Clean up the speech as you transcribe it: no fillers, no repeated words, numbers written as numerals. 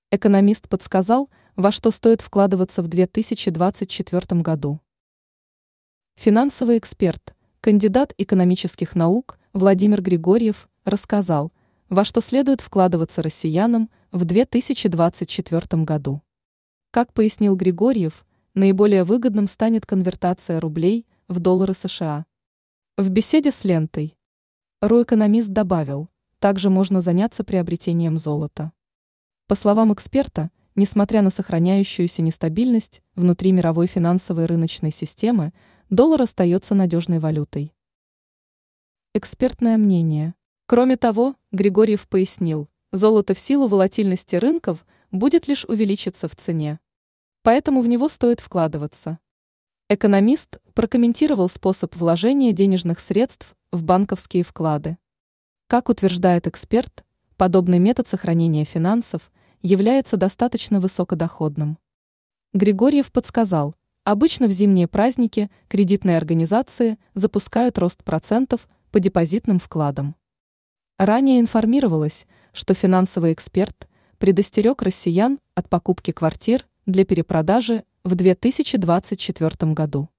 Экономист подсказал, во что стоит вкладываться в 2024 году. Финансовый эксперт, кандидат экономических наук Владимир Григорьев рассказал, во что следует вкладываться россиянам в 2024 году. Как пояснил Григорьев, наиболее выгодным станет конвертация рублей в доллары США. В беседе с лентой экономист добавил, также можно заняться приобретением золота. По словам эксперта, несмотря на сохраняющуюся нестабильность внутри мировой финансовой рыночной системы, доллар остается надежной валютой. Экспертное мнение. Кроме того, Григорьев пояснил, золото в силу волатильности рынков будет лишь увеличиться в цене. Поэтому в него стоит вкладываться. Экономист прокомментировал способ вложения денежных средств в банковские вклады. Как утверждает эксперт, подобный метод сохранения финансов является достаточно высокодоходным. Григорьев подсказал, обычно в зимние праздники кредитные организации запускают рост процентов по депозитным вкладам. Ранее информировалось, что финансовый эксперт предостерег россиян от покупки квартир для перепродажи в 2024 году.